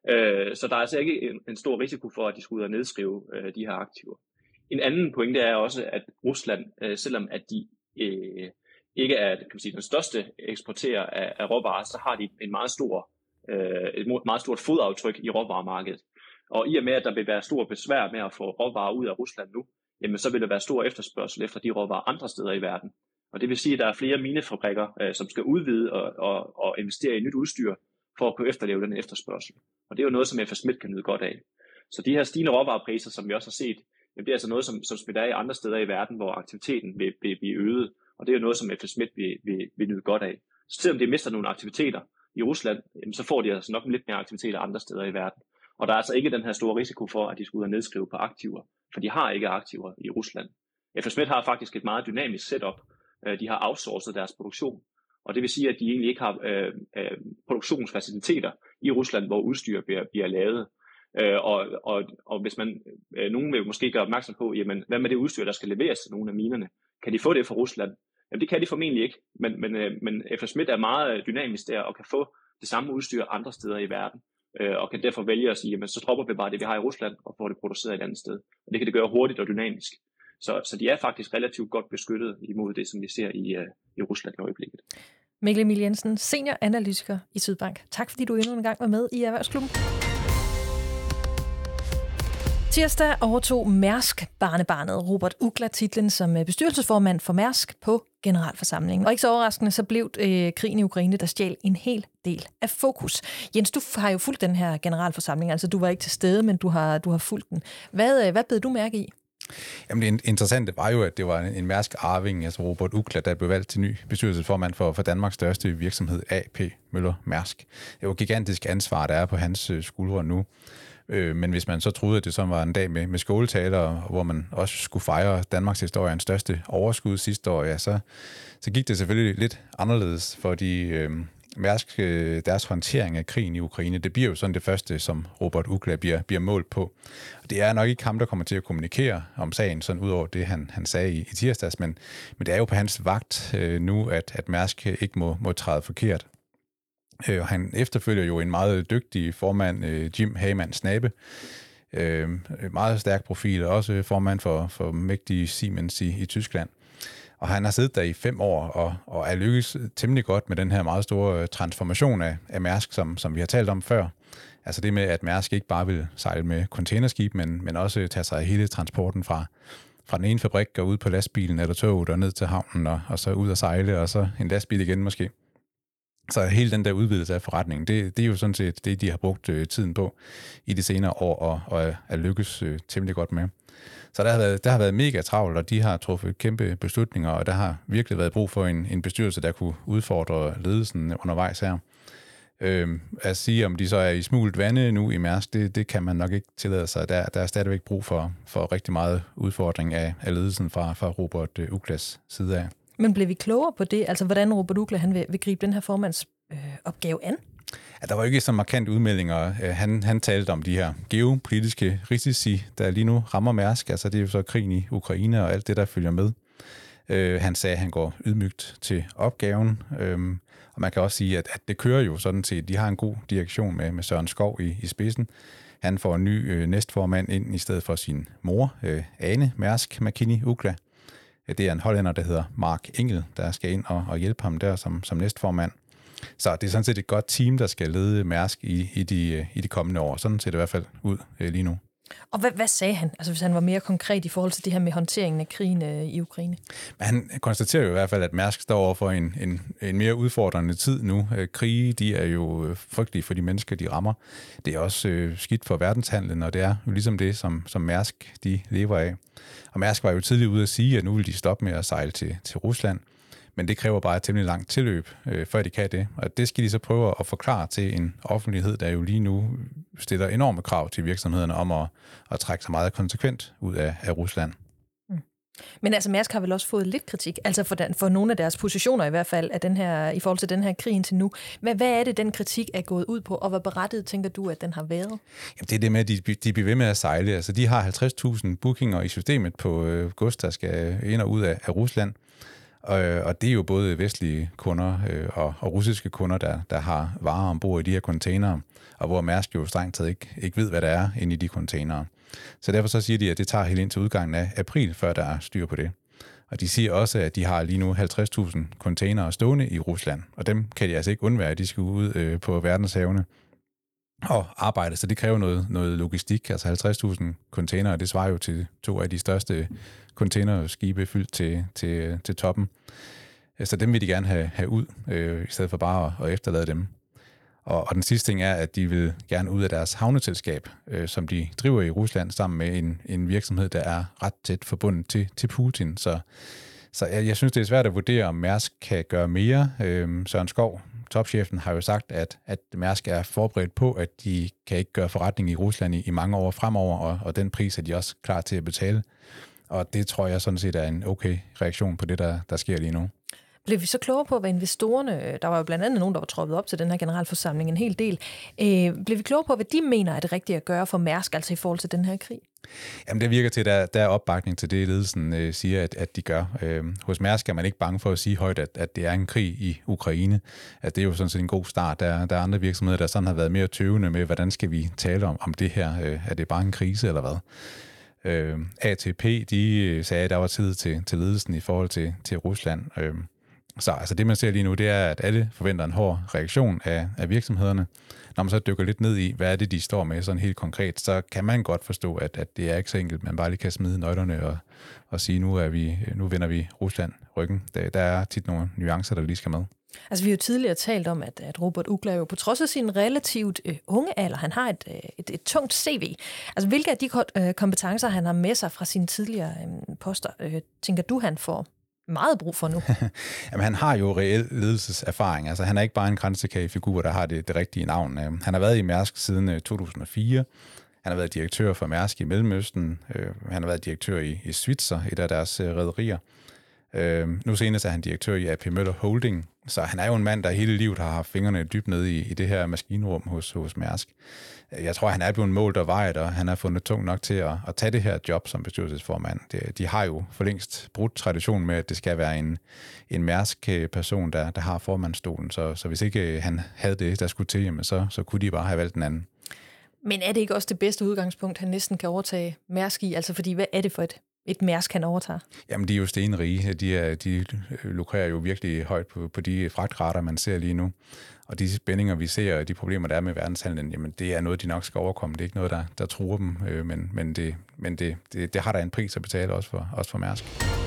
Øh, så der er altså ikke en, en stor risiko for, at de skal ud og nedskrive øh, de her aktiver. En anden pointe er også, at Rusland, øh, selvom at de øh, ikke er, kan man sige, den største eksporterer af, af råvarer, så har de en meget stor, øh, et meget stort fodaftryk i råvaremarkedet. Og i og med, at der vil være stor besvær med at få råvarer ud af Rusland nu, jamen så vil der være stor efterspørgsel efter de råvarer andre steder i verden. Og det vil sige, at der er flere minefabrikker, øh, som skal udvide og, og, og investere i nyt udstyr for at kunne efterleve den efterspørgsel. Og det er jo noget, som F S Schmidt kan nyde godt af. Så de her stigende råvarepriser, som vi også har set, jamen det er altså noget, som, som smitter af i andre steder i verden, hvor aktiviteten vil, vil blive øget. Og det er jo noget, som F S Schmidt vil, vil, vil nyde godt af. Så selvom de mister nogle aktiviteter i Rusland, jamen så får de altså nok lidt mere aktiviteter andre steder i verden. Og der er altså ikke den her store risiko for, at de skal ud og nedskrive på aktiver, for de har ikke aktiver i Rusland. F S Schmidt har faktisk et meget dynamisk setup. De har outsourcet deres produktion, og det vil sige, at de egentlig ikke har øh, øh, produktionsfaciliteter i Rusland, hvor udstyr bliver, bliver lavet. Øh, og, og, og hvis man, øh, nogen vil måske gøre opmærksom på, jamen, hvad med det udstyr, der skal leveres til nogle af minerne? Kan de få det fra Rusland? Jamen det kan de formentlig ikke, men, men, øh, men F S Schmidt er meget dynamisk der, og kan få det samme udstyr andre steder i verden, øh, og kan derfor vælge at sige, jamen så dropper vi bare det, vi har i Rusland, og får det produceret et andet sted. Og det kan det gøre hurtigt og dynamisk. Så, så de er faktisk relativt godt beskyttet imod det, som vi ser i, uh, i Rusland i øjeblikket. Mikkel Emil Jensen, senior analytiker i Sydbank. Tak fordi du endnu en gang var med i Erhvervsklubben. Tirsdag overtog Mærsk barnebarnet Robert Uggla titlen som bestyrelsesformand for Mærsk på generalforsamlingen. Og ikke så overraskende, så blev øh, krigen i Ukraine, der stjal en hel del af fokus. Jens, du har jo fulgt den her generalforsamling, altså du var ikke til stede, men du har, du har fulgt den. Hvad, øh, hvad bed du mærke i? Jamen det interessante var jo, at det var en Mærsk arving, altså Robert Uggla, der blev valgt til ny bestyrelsesformand for, for Danmarks største virksomhed, A P Møller Mærsk. Det er jo et gigantisk ansvar, der er på hans skuldre nu. Men hvis man så troede, at det så var en dag med, med skåletaler, hvor man også skulle fejre Danmarks historiens største overskud sidste år, ja, så, så gik det selvfølgelig lidt anderledes, fordi øh, Mærsk, øh, deres håndtering af krigen i Ukraine, det bliver jo sådan det første, som Robert Uggla bliver, bliver målt på. Og det er nok ikke ham, der kommer til at kommunikere om sagen, sådan ud over det, han, han sagde i, i tirsdags, men, men det er jo på hans vagt øh, nu, at, at Mærsk ikke må, må træde forkert. Øh, han efterfølger jo en meget dygtig formand, øh, Jim Hagemann Snabe, øh, meget stærk profil, også formand for, for mægtige Siemens i, i Tyskland. Og han har siddet der i fem år og, og er lykkes temmelig godt med den her meget store transformation af, af Mærsk, som, som vi har talt om før. Altså det med, at Mærsk ikke bare vil sejle med containerskib, men, men også tage sig af hele transporten fra, fra den ene fabrik og ud på lastbilen eller toget og ned til havnen, og, og så ud og sejle, og så en lastbil igen måske. Så hele den der udvidelse af forretningen, det, det er jo sådan set det, de har brugt øh, tiden på i de senere år, og, og er lykkes øh, temmelig godt med. Så der har, været, der har været mega travlt, og de har truffet kæmpe beslutninger, og der har virkelig været brug for en, en bestyrelse, der kunne udfordre ledelsen undervejs her. Øh, at sige, om de så er i smuglet vande nu i Mærsk, det, det kan man nok ikke tillade sig. Der, der er stadigvæk brug for, for rigtig meget udfordring af, af ledelsen fra, fra Robert Ugglas side af. Men blev vi klogere på det? Altså, hvordan Robert Uggla han vil, vil gribe den her formands øh, opgave an? Ja, der var ikke så markant udmeldinger. Han, han talte om de her geopolitiske risici, der lige nu rammer Mærsk. Altså, det er jo så krigen i Ukraine og alt det, der følger med. Øh, han sagde, at han går ydmygt til opgaven. Øhm, og man kan også sige, at, at det kører jo sådan set. De har en god direktion med, med Søren Skov i, i spidsen. Han får en ny øh, næstformand ind i stedet for sin mor, øh, Ane Mærsk McKinney Uggla. Det er en hollænder, der hedder Mark Engel, der skal ind og, og hjælpe ham der som, som næstformand. Så det er sådan set et godt team, der skal lede Mærsk i, i, de, i de kommende år. Sådan ser det i hvert fald ud øh, lige nu. Og hvad, hvad sagde han, altså hvis han var mere konkret i forhold til det her med håndteringen af krigen øh, i Ukraine? Men han konstaterer jo i hvert fald, at Mærsk står over for en, en, en mere udfordrende tid nu. Øh, krige, de er jo frygtelige for de mennesker, de rammer. Det er også øh, skidt for verdenshandlen, og det er jo ligesom det, som, som Mærsk de lever af. Og Mærsk var jo tidligt ude at sige, at nu vil de stoppe med at sejle til, til Rusland. Men det kræver bare et temmelig langt tilløb, øh, før de kan det. Og det skal de så prøve at forklare til en offentlighed, der jo lige nu stiller enorme krav til virksomhederne om at, at trække sig meget konsekvent ud af, af Rusland. Mm. Men altså Mærsk har vel også fået lidt kritik, altså for, den, for nogle af deres positioner i hvert fald, af den her, i forhold til den her krig indtil nu. Hvad, hvad er det, den kritik er gået ud på, og hvad berettiget tænker du, at den har været? Jamen, det er det med, at de, de bliver ved med at sejle. Altså, de har halvtreds tusind bookinger i systemet på øh, gods, der skal ind og ud af, af Rusland. Og, og det er jo både vestlige kunder øh, og, og russiske kunder, der, der har varer ombord i de her containere, og hvor Mærsk jo strengt taget ikke, ikke ved, hvad der er inde i de containere. Så derfor så siger de, at det tager helt ind til udgangen af april, før der er styr på det. Og de siger også, at de har lige nu halvtreds tusind containere stående i Rusland, og dem kan de altså ikke undvære, at de skal ud øh, på verdenshavene og arbejde, så det kræver noget, noget logistik. Altså halvtreds tusind containere, det svarer jo til to af de største containerskibe fyldt til, til, til toppen. Så dem vil de gerne have, have ud, øh, i stedet for bare at, at efterlade dem. Og, og den sidste ting er, at de vil gerne ud af deres havneselskab, øh, som de driver i Rusland sammen med en, en virksomhed, der er ret tæt forbundet til, til Putin. Så, så jeg, jeg synes, det er svært at vurdere, om Mærsk kan gøre mere. Øh, Søren Skov, topchefen, har jo sagt, at, at Mærsk er forberedt på, at de kan ikke gøre forretning i Rusland i, i mange år fremover, og, og den pris er de også klar til at betale. Og det tror jeg sådan set er en okay reaktion på det, der, der sker lige nu. Blev vi så klogere på, hvad investorerne, der var jo blandt andet nogen, der var troppet op til den her generalforsamling en hel del, øh, blev vi klogere på, hvad de mener er det rigtige at gøre for Mærsk, altså i forhold til den her krig? Jamen det virker til, at der, der er opbakning til det, ledelsen øh, siger, at, at de gør. Øh, hos Mærsk er man ikke bange for at sige højt, at, at det er en krig i Ukraine. At det er jo sådan set en god start. Der, der er andre virksomheder, der sådan har været mere tøvende med, hvordan skal vi tale om, om det her? Øh, er det bare en krise eller hvad? Øh, A T P, de sagde, at der var tid til, til ledelsen i forhold til, til Rusland. Øh, Så altså det, man ser lige nu, det er, at alle forventer en hård reaktion af, af virksomhederne. Når man så dykker lidt ned i, hvad er det, de står med sådan helt konkret, så kan man godt forstå, at, at det er ikke så enkelt, man bare lige kan smide nøglerne og, og sige, nu, er vi, nu vender vi Rusland ryggen. Der, der er tit nogle nuancer, der lige skal med. Altså, vi har jo tidligere talt om, at, at Robert Uggla jo på trods af sin relativt øh, unge alder, han har et, et, et tungt C V. Altså, hvilke af de øh, kompetencer, han har med sig fra sine tidligere øh, poster, øh, tænker du, han får meget brug for nu? Jamen, han har jo reel ledelseserfaring. Altså, han er ikke bare en kransekagefigur, der har det, det rigtige navn. Han har været i Mærsk siden to tusind og fire. Han har været direktør for Mærsk i Mellemøsten. Han har været direktør i, i Svitzer, et af deres rederier. Nu senest er han direktør i A P Møller Holding. Så han er jo en mand, der hele livet har haft fingrene dybt nede i, i det her maskinrum hos, hos Mærsk. Jeg tror, han er blevet målt og vejet, og han har fundet tung nok til at, at tage det her job som bestyrelsesformand. De, de har jo for længst brudt tradition med, at det skal være en, en Mærsk-person, der, der har formandsstolen. Så, så hvis ikke han havde det, der skulle til, så, så kunne de bare have valgt den anden. Men er det ikke også det bedste udgangspunkt, han næsten kan overtage Mærsk i? Altså fordi, hvad er det for et, et Mærsk, han overtager? Jamen, de er jo stenrige. De, er, de lukrerer jo virkelig højt på, på de fragtrater, man ser lige nu. Og de spændinger, vi ser, og de problemer, der er med verdenshandlen, jamen det er noget, de nok skal overkomme. Det er ikke noget, der, der truer dem, øh, men, men, det, men det, det, det har der en pris at betale også for, også for Mærsk.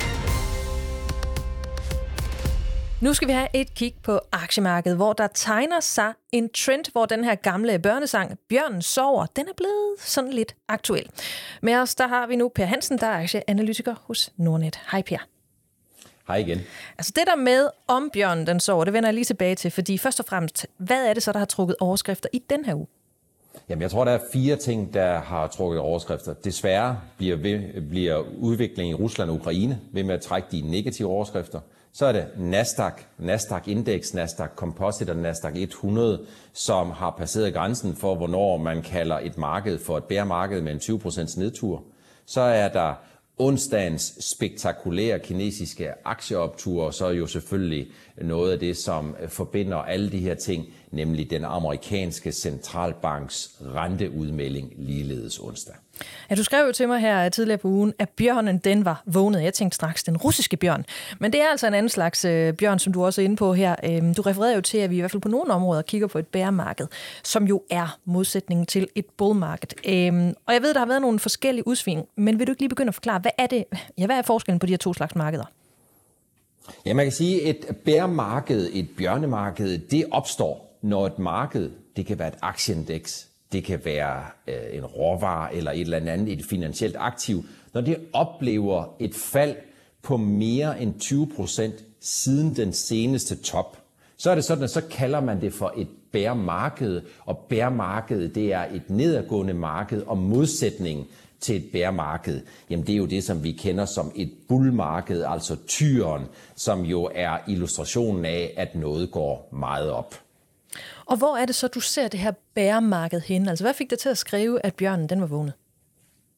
Nu skal vi have et kig på aktiemarkedet, hvor der tegner sig en trend, hvor den her gamle børnesang, Bjørnen sover, den er blevet sådan lidt aktuel. Med os, der har vi nu Per Hansen, der er aktieanalytiker hos Nordnet. Hej Per. Hej igen. Altså det der med, om bjørnen den sover, det vender jeg lige tilbage til, fordi først og fremmest, hvad er det så, der har trukket overskrifter i den her uge? Jamen, jeg tror, der er fire ting, der har trukket overskrifter. Desværre bliver, ved, bliver udviklingen i Rusland og Ukraine ved med at trække de negative overskrifter. Så er det Nasdaq, Nasdaq Index, Nasdaq Composite og Nasdaq hundrede, som har passeret grænsen for, hvornår man kalder et marked for et bærmarked med en tyve procent nedtur. Så er der onsdagens spektakulære kinesiske aktieoptur, så er jo selvfølgelig noget af det, som forbinder alle de her ting, nemlig den amerikanske centralbanks renteudmelding ligeledes onsdag. Ja, du skrev jo til mig her tidligere på ugen, at bjørnen den var vågnet. Jeg tænkte straks den russiske bjørn. Men det er altså en anden slags øh, bjørn, som du også er inde på her. Øhm, du refererede jo til, at vi i hvert fald på nogle områder kigger på et bæremarked, som jo er modsætningen til et bullmarked. Øhm, og jeg ved, der har været nogle forskellige udsving, men vil du ikke lige begynde at forklare, hvad er det? Ja, hvad er forskellen på de her to slags markeder? Ja, man kan sige, at et bæremarked, et bjørnemarked, det opstår, når et marked, det kan være et aktieindeks, det kan være øh, en råvare eller et eller andet, et finansielt aktiv, når det oplever et fald på mere end tyve procent siden den seneste top, så er det sådan, at så kalder man det for et bæremarked, og bæremarkedet, det er et nedadgående marked, og modsætning til et bæremarked, jamen det er jo det, som vi kender som et bullmarked, altså tyren, som jo er illustrationen af, at noget går meget op. Og hvor er det så, du ser det her bæremarked henne? Altså, hvad fik dig til at skrive, at bjørnen den var vågnet?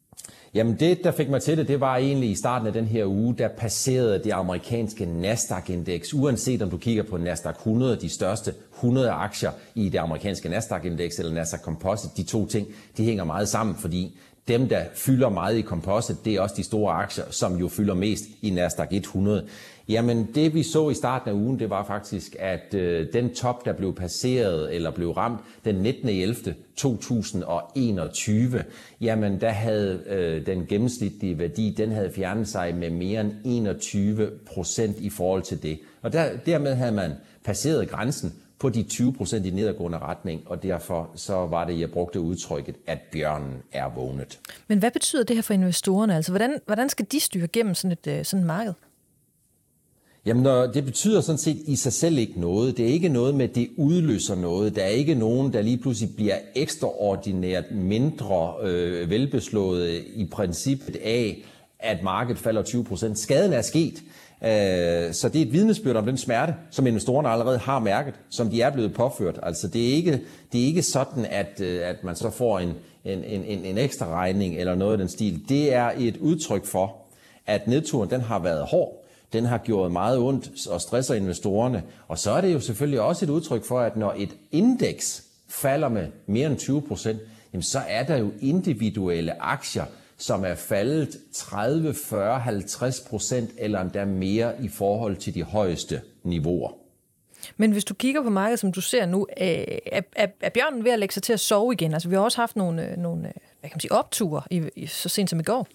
Jamen det, der fik mig til det, det var egentlig i starten af den her uge, der passerede det amerikanske Nasdaq-indeks. Uanset om du kigger på Nasdaq hundrede, de største hundrede aktier i det amerikanske Nasdaq-indeks eller Nasdaq Composite, de to ting, de hænger meget sammen, fordi dem, der fylder meget i Composite, det er også de store aktier, som jo fylder mest i Nasdaq hundrede. Jamen det vi så i starten af ugen, det var faktisk, at øh, den top, der blev passeret eller blev ramt den nittende ellevte to tusind enogtyve, jamen der havde øh, den gennemsnitlige værdi, den havde fjernet sig med mere end enogtyve procent i forhold til det. Og der, dermed havde man passeret grænsen på de tyve procent i nedadgående retning, og derfor så var det, jeg brugte udtrykket, at bjørnen er vågnet. Men hvad betyder det her for investorerne? Altså, hvordan, hvordan skal de styre gennem sådan et sådan et marked? Jamen, når, det betyder sådan set i sig selv ikke noget. Det er ikke noget med, at det udløser noget. Der er ikke nogen, der lige pludselig bliver ekstraordinært mindre øh, velbeslået i princippet af, at markedet falder tyve procent. Skaden er sket. Øh, så det er et vidnesbyrd om den smerte, som investorerne allerede har mærket, som de er blevet påført. Altså, det er ikke, det er ikke sådan, at, at man så får en, en, en, en ekstra regning eller noget af den stil. Det er et udtryk for, at nedturen den har været hård. Den har gjort meget ondt og stresser investorerne. Og så er det jo selvfølgelig også et udtryk for, at når et indeks falder med mere end tyve procent, så er der jo individuelle aktier, som er faldet tredive, fyrre, halvtreds procent eller endda mere i forhold til de højeste niveauer. Men hvis du kigger på markedet, som du ser nu, er, er, er bjørnen ved at lægge sig til at sove igen? Altså, vi har også haft nogle, nogle hvad kan man sige, opture i, i, så sent som i går.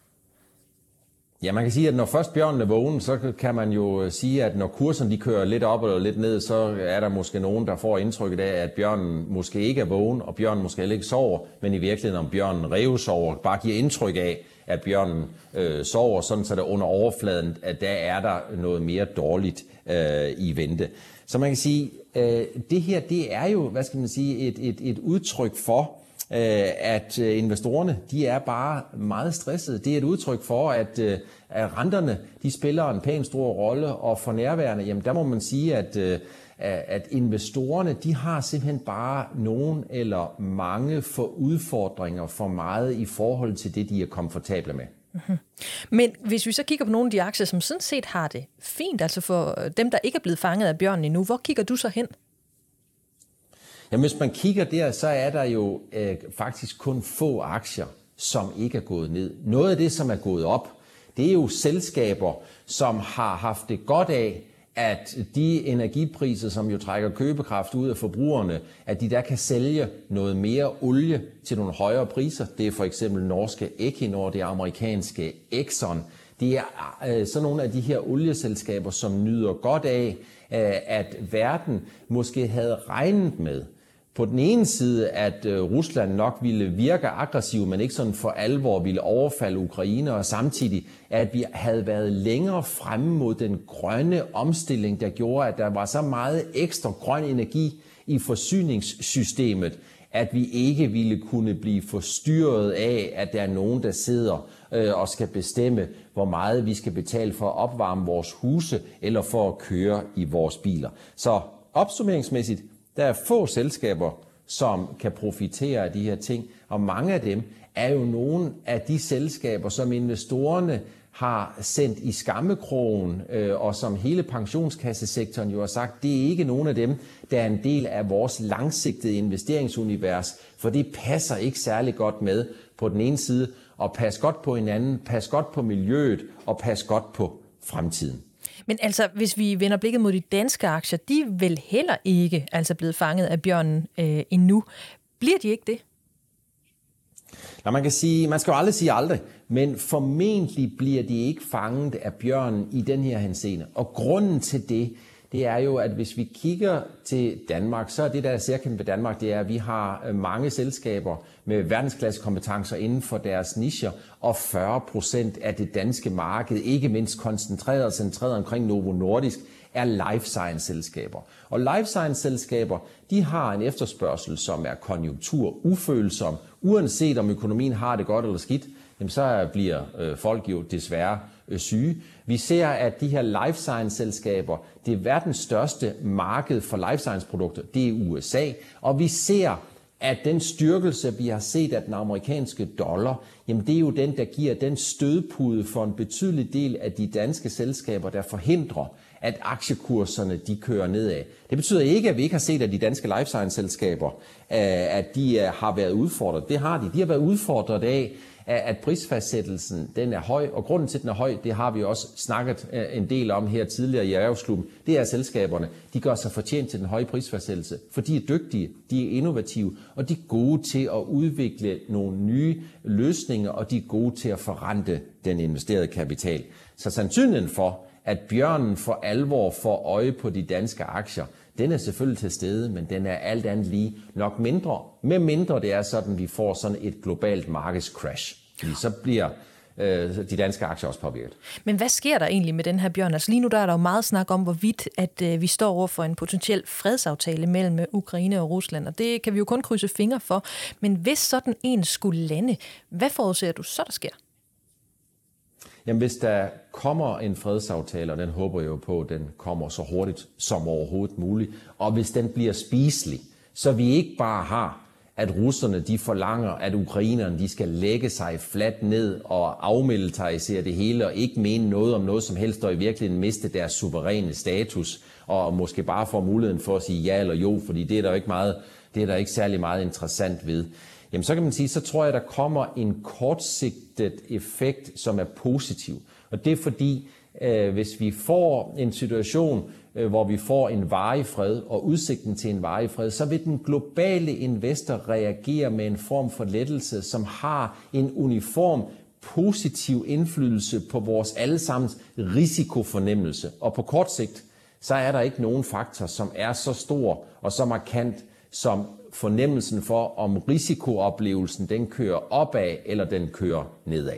Ja, man kan sige, at når først bjørnen er vågen, så kan man jo sige, at når kurserne de kører lidt op eller lidt ned, så er der måske nogen, der får indtrykket af, at bjørnen måske ikke er vågen, og bjørnen måske heller ikke sover, men i virkeligheden om bjørnen revsover, bare giver indtryk af, at bjørnen øh, sover, sådan så der under overfladen, at der er der noget mere dårligt øh, i vente. Så man kan sige, øh, det her, det er jo, hvad skal man sige, et, et, et udtryk for, at investorerne, de er bare meget stressede. Det er et udtryk for, at, at renterne, de spiller en pæn stor rolle, og for nærværende, jamen der må man sige, at, at investorerne, de har simpelthen bare nogen eller mange for udfordringer for meget i forhold til det, de er komfortable med. Mm-hmm. Men hvis vi så kigger på nogle af de aktier, som sådan set har det fint, altså for dem, der ikke er blevet fanget af bjørnen endnu, hvor kigger du så hen? Jamen, hvis man kigger der, så er der jo øh, faktisk kun få aktier, som ikke er gået ned. Noget af det, som er gået op, det er jo selskaber, som har haft det godt af, at de energipriser, som jo trækker købekraft ud af forbrugerne, at de der kan sælge noget mere olie til nogle højere priser. Det er for eksempel norske Equinor, det er amerikanske Exxon. Det er øh, sådan nogle af de her olieselskaber, som nyder godt af, øh, at verden måske havde regnet med, på den ene side, at Rusland nok ville virke aggressiv, men ikke sådan for alvor ville overfalde Ukraine, og samtidig, at vi havde været længere fremme mod den grønne omstilling, der gjorde, at der var så meget ekstra grøn energi i forsyningssystemet, at vi ikke ville kunne blive forstyrret af, at der er nogen, der sidder øh, og skal bestemme, hvor meget vi skal betale for at opvarme vores huse, eller for at køre i vores biler. Så opsummeringsmæssigt, der er få selskaber, som kan profitere af de her ting, og mange af dem er jo nogle af de selskaber, som investorerne har sendt i skammekrogen, øh, og som hele pensionskassesektoren jo har sagt, det er ikke nogen af dem, der er en del af vores langsigtede investeringsunivers, for det passer ikke særlig godt med på den ene side, og pas godt på hinanden, pas godt på miljøet, og pas godt på fremtiden. Men altså, hvis vi vender blikket mod de danske aktier, de er vel heller ikke altså blevet fanget af bjørnen øh, endnu. Bliver de ikke det? Nå, man kan sige, man skal jo aldrig sige aldrig, men formentlig bliver de ikke fanget af bjørnen i den her henseende. Og grunden til det, det er jo, at hvis vi kigger til Danmark, så er det, der er særkendt ved Danmark, det er, at vi har mange selskaber med verdensklassekompetencer inden for deres nicher, og fyrre procent af det danske marked, ikke mindst koncentreret og centreret omkring Novo Nordisk, er life science-selskaber. Og life science-selskaber, de har en efterspørgsel, som er konjunkturufølsom. Uanset om økonomien har det godt eller skidt, jamen så bliver øh, folk jo desværre øh, syge. Vi ser, at de her life science-selskaber, det er verdens største marked for life science-produkter, det er U S A. Og vi ser, at den styrkelse, vi har set af den amerikanske dollar, jamen det er jo den, der giver den stødpude for en betydelig del af de danske selskaber, der forhindrer, at aktiekurserne de kører nedad. Det betyder ikke, at vi ikke har set, at de danske life science-selskaber, at de har været udfordret. Det har de. De har været udfordret af, at prisfastsættelsen den er høj, og grunden til, at den er høj, det har vi også snakket en del om her tidligere i Erhvervsklubben, det er selskaberne. De gør sig fortjent til den høje prisfastsættelse, for de er dygtige, de er innovative, og de er gode til at udvikle nogle nye løsninger, og de er gode til at forrente den investerede kapital. Så sandsynligheden for, at bjørnen for alvor får øje på de danske aktier, den er selvfølgelig til stede, men den er alt andet lige nok mindre, med mindre det er sådan, at vi får sådan et globalt markedscrash. Fordi så bliver øh, de danske aktier også påvirket. Men hvad sker der egentlig med den her bjørn? Altså lige nu der er der jo meget snak om, hvorvidt at øh, vi står over for en potentiel fredsaftale mellem Ukraine og Rusland, og det kan vi jo kun krydse fingre for. Men hvis sådan en skulle lande, hvad forudser du så, der sker? Jamen hvis der kommer en fredsaftale, og den håber jeg jo på, at den kommer så hurtigt som overhovedet muligt, og hvis den bliver spiselig, så vi ikke bare har, at russerne de forlanger, at ukrainerne de skal lægge sig fladt ned og afmilitarisere det hele, og ikke mene noget om noget som helst, og i virkeligheden miste deres suveræne status, og måske bare få muligheden for at sige ja eller jo, fordi det er der ikke meget, det er der ikke særlig meget interessant ved. Jamen så kan man sige, så tror jeg, der kommer en kortsigtet effekt, som er positiv. Og det er fordi, øh, hvis vi får en situation, øh, hvor vi får en varig fred og udsigten til en varig fred, så vil den globale investor reagere med en form for lettelse, som har en uniform positiv indflydelse på vores allesammens risikofornemmelse. Og på kort sigt, så er der ikke nogen faktor, som er så stor og så markant som fornemmelsen for, om risikooplevelsen den kører opad, eller den kører nedad.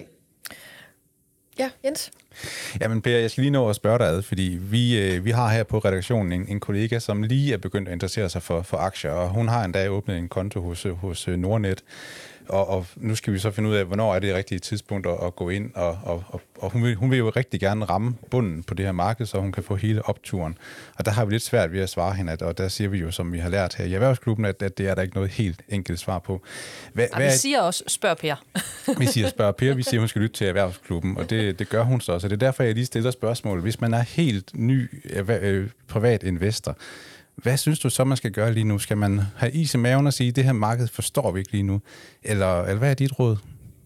Ja, Jens? Jamen Per, jeg skal lige nå at spørge dig ad, fordi vi, øh, vi har her på redaktionen en, en kollega, som lige er begyndt at interessere sig for, for aktier, og hun har endda åbnet en konto hos, hos Nordnet. Og, og nu skal vi så finde ud af, hvornår er det rigtige tidspunkt at, at gå ind, og, og, og hun, vil, hun vil jo rigtig gerne ramme bunden på det her marked, så hun kan få hele opturen. Og der har vi lidt svært ved at svare hende, og der siger vi jo, som vi har lært her i Erhvervsklubben, at, at det er der ikke noget helt enkelt svar på. Hva, ja, vi siger også, spørg Per. Vi siger, spørg Per, vi siger, hun skal lytte til Erhvervsklubben, og det, det gør hun så også. Og det er derfor, jeg lige stiller spørgsmål. Hvis man er helt ny øh, privat investor, hvad synes du så, man skal gøre lige nu? Skal man have is i maven og sige, at det her marked forstår vi ikke lige nu? Eller, eller hvad er dit råd?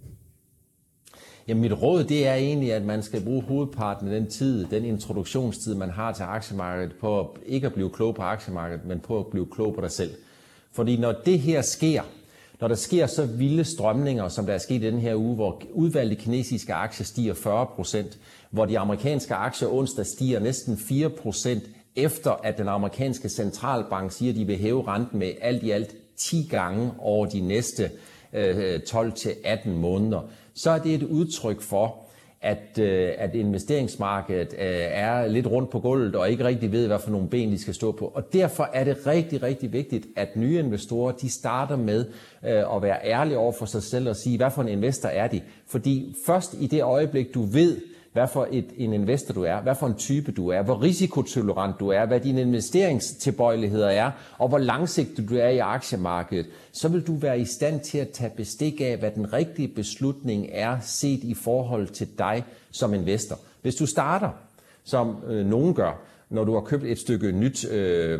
Jamen mit råd, det er egentlig, at man skal bruge hovedparten af den tid, den introduktionstid, man har til aktiemarkedet, på ikke at blive klog på aktiemarkedet, men på at blive klog på dig selv. Fordi når det her sker, når der sker så vilde strømninger, som der er sket i den her uge, hvor udvalgte kinesiske aktier stiger fyrre procent, hvor de amerikanske aktier onsdag stiger næsten fire procent, efter at den amerikanske centralbank siger, at de vil hæve renten med alt i alt ti gange over de næste øh, tolv til atten måneder, så er det et udtryk for, at, øh, at investeringsmarkedet øh, er lidt rundt på gulvet og ikke rigtig ved, hvad for nogle ben de skal stå på. Og derfor er det rigtig, rigtig vigtigt, at nye investorer de starter med øh, at være ærlige over for sig selv og sige, hvad for en investor er de. Fordi først i det øjeblik, du ved, hvad for et, en investor du er, hvad for en type du er, hvor risikotolerant du er, hvad dine investeringstilbøjeligheder er, og hvor langsigtet du er i aktiemarkedet, så vil du være i stand til at tage bestik af, hvad den rigtige beslutning er, set i forhold til dig som investor. Hvis du starter, som øh, nogen gør, når du har købt et stykke nyt øh,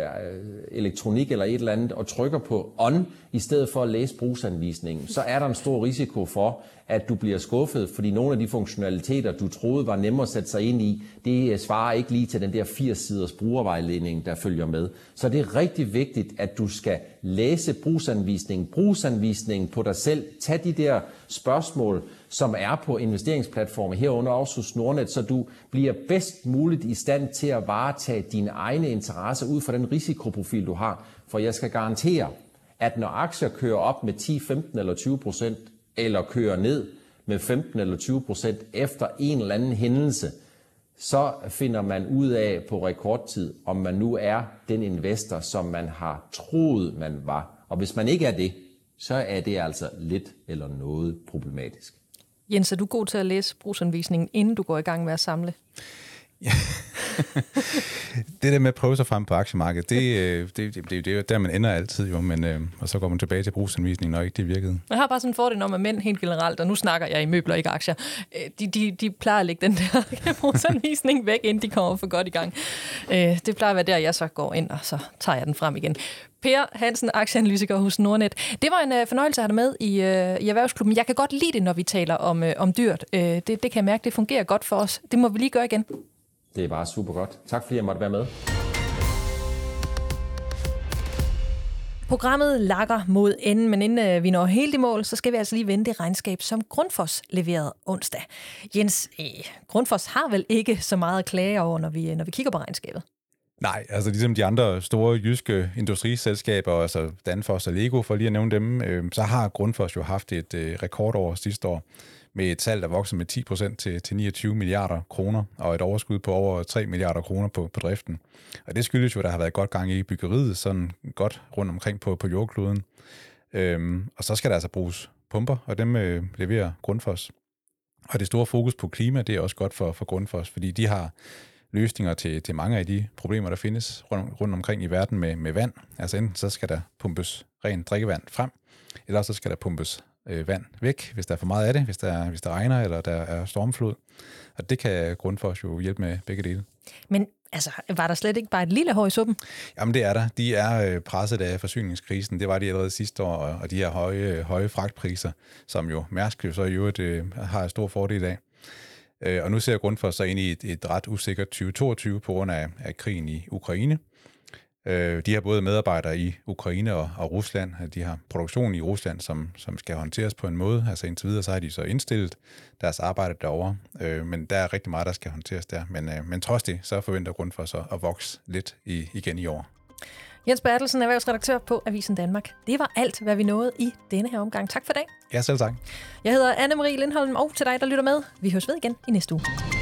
elektronik eller et eller andet, og trykker på on, i stedet for at læse brugsanvisningen, så er der en stor risiko for, at du bliver skuffet, fordi nogle af de funktionaliteter, du troede var nemmere at sætte sig ind i, det svarer ikke lige til den der firs siders brugervejledning, der følger med. Så det er rigtig vigtigt, at du skal læse brugsanvisningen, brugsanvisningen på dig selv. Tag de der spørgsmål, som er på investeringsplatformer herunder også hos Nordnet, så du bliver bedst muligt i stand til at varetage dine egne interesser ud fra den risikoprofil, du har. For jeg skal garantere, at når aktier kører op med ti, femten eller tyve procent, eller kører ned med femten eller tyve procent efter en eller anden hændelse, så finder man ud af på rekordtid, om man nu er den investor, som man har troet, man var. Og hvis man ikke er det, så er det altså lidt eller noget problematisk. Jens, er du god til at læse brugsanvisningen, inden du går i gang med at samle? Det der med at prøve sig frem på aktiemarkedet, det, det, det, det, det er der, man ender altid jo, men, øh, og så går man tilbage til brugsanvisningen, når ikke det virkede. Jeg har bare sådan en fordel om, at mænd helt generelt, og nu snakker jeg i møbler, ikke aktier, de, de, de plejer at lægge den der brugsanvisning væk, inden de kommer for godt i gang. Det plejer at være der, jeg så går ind, og så tager jeg den frem igen. Per Hansen, aktieanalytiker hos Nordnet. Det var en øh, fornøjelse at have dig med i, øh, i Erhvervsklubben. Jeg kan godt lide det, når vi taler om, øh, om dyrt. Øh, det, det kan jeg mærke, det fungerer godt for os. Det må vi lige gøre igen. Det er bare super godt. Tak fordi jeg måtte være med. Programmet lakker mod enden, men inden øh, vi når helt i mål, så skal vi altså lige vende det regnskab, som Grundfos leverede onsdag. Jens, øh, Grundfos har vel ikke så meget at klage over, når vi, når vi kigger på regnskabet? Nej, altså ligesom de andre store jyske industriselskaber, altså Danfoss og Lego, for lige at nævne dem, øh, så har Grundfos jo haft et øh, rekordår sidste år med et salg, der voksede med ti procent til, til niogtyve milliarder kroner, og et overskud på over tre milliarder kroner på, på driften. Og det skyldes jo, at der har været godt gang i byggeriet, sådan godt rundt omkring på, på jordkloden. Øhm, og så skal der altså bruges pumper, og dem øh, leverer Grundfos. Og det store fokus på klima, det er også godt for, for Grundfos, fordi de har løsninger til, til mange af de problemer, der findes rundt, rundt omkring i verden med, med vand. Altså enten så skal der pumpes rent drikkevand frem, eller så skal der pumpes øh, vand væk, hvis der er for meget af det, hvis der, hvis der regner, eller der er stormflod. Og det kan Grundfos jo hjælpe med begge dele. Men altså, var der slet ikke bare et lille hår i suppen? Jamen det er der. De er presset af forsyningskrisen. Det var de allerede sidste år, og de her høje, høje fragtpriser, som jo Mærsk jo så i øvrigt øh, har en stor fordel af. Og nu ser Grundfos så ind i et, et ret usikkert tyve toogtyve på grund af, af krigen i Ukraine. De har både medarbejdere i Ukraine og, og Rusland. De har produktion i Rusland, som, som skal håndteres på en måde. Altså indtil videre, så har de så indstillet deres arbejde derovre. Men der er rigtig meget, der skal håndteres der. Men, men trods det, så forventer Grundfos at, at vokse lidt i, igen i år. Jens Bertelsen, erhvervsredaktør på Avisen Danmark. Det var alt, hvad vi nåede i denne her omgang. Tak for i dag. Ja, selv tak. Jeg hedder Anne-Marie Lindholm, og til dig, der lytter med. Vi høres ved igen i næste uge.